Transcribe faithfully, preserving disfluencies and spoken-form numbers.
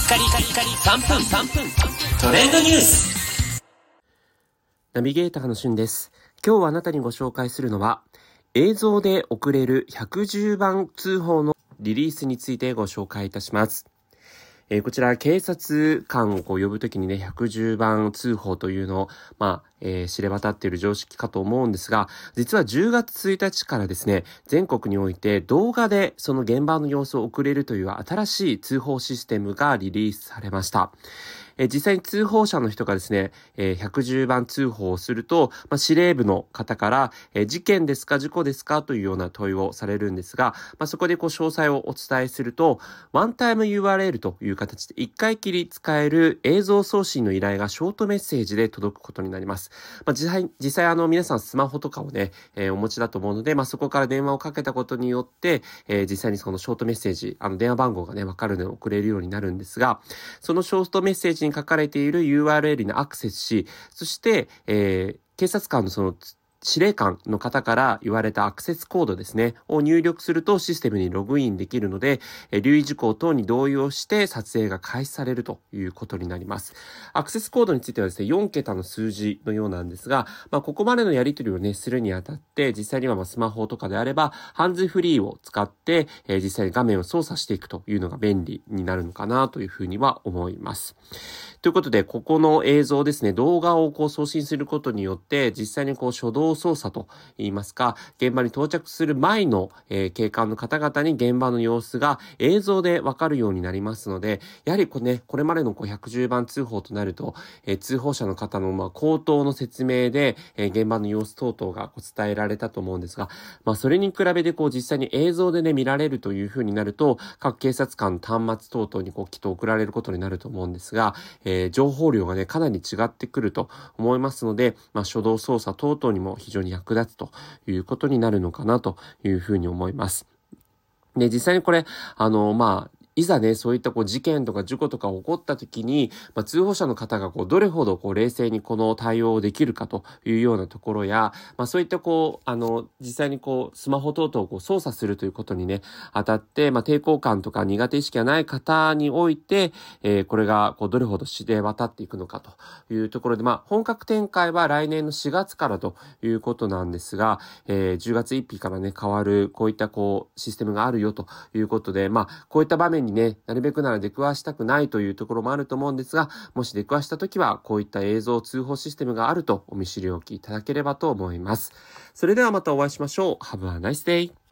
カリカリカリさんぷんさんぷんトレンドニュース。 ナビゲーターのしゅんです。今日あなたにご紹介するのは映像で送れるひゃくじゅうばん通報のリリースについてご紹介いたします。えー、こちら警察官をこう呼ぶときにね、ひゃくじゅうばん通報というのを、まあ、えー、知れ渡っている常識かと思うんですが、実はじゅうがつついたちからですね、全国において動画でその現場の様子を送れるという新しい通報システムがリリースされました。えー、実際に通報者の人がですね、えー、ひゃくじゅうばん通報をすると、まあ、司令部の方から、えー、事件ですか事故ですかというような問いをされるんですが、まあ、そこでこう詳細をお伝えすると、ワンタイム ユーアールエル という形でいっかいきり使える映像送信の依頼がショートメッセージで届くことになります。まあ、実際、実際あの皆さんスマホとかをね、えー、お持ちだと思うので、まあ、そこから電話をかけたことによって、えー、実際にそのショートメッセージ、あの電話番号がね、わかるので送れるようになるんですが、そのショートメッセージに書かれている ユーアールエル にアクセスし、そして、えー、警察官のその司令官の方から言われたアクセスコードですね、を入力するとシステムにログインできるので、留意事項等に同意をして撮影が開始されるということになります。アクセスコードについてはですね、よんけたの数字のようなんですが、まあ、ここまでのやり取りをね、するにあたって、実際にはまあスマホとかであれば、ハンズフリーを使って、えー、実際に画面を操作していくというのが便利になるのかなというふうには思います。ということで、ここの映像ですね、動画をこう送信することによって、実際にこう初動操作といいますか、現場に到着する前の、えー、警官の方々に現場の様子が映像でわかるようになりますので、やはりこうね、これまでのこうひゃくじゅうばん通報となると、えー、通報者の方のまあ口頭の説明で、えー、現場の様子等々がこう伝えられたと思うんですが、まあそれに比べてこう実際に映像でね、見られるというふうになると、各警察官の端末等々にこうきっと送られることになると思うんですが、えー、情報量がね、かなり違ってくると思いますので、まあ、初動操作等々にも非常に役立つということになるのかなというふうに思います。で、実際にこれ、あの、まあ、いざね、そういったこう事件とか事故とか起こった時に、まあ、通報者の方がこうどれほどこう冷静にこの対応できるかというようなところや、まあ、そういったこう、あの、実際にこう、スマホ等々をこう操作するということにね、あたって、まあ、抵抗感とか苦手意識がない方において、えー、これがこうどれほど知れ渡っていくのかというところで、まあ、本格展開は来年のしがつからということなんですが、えー、じゅうがつついたちからね、変わる、こういったこう、システムがあるよということで、まあ、こういった場面にね、なるべくなら出くわしたくないというところもあると思うんですが、もし出くわしたときは、こういった映像通報システムがあるとお見知りおきいただければと思います。それではまたお会いしましょう。Have a nice day!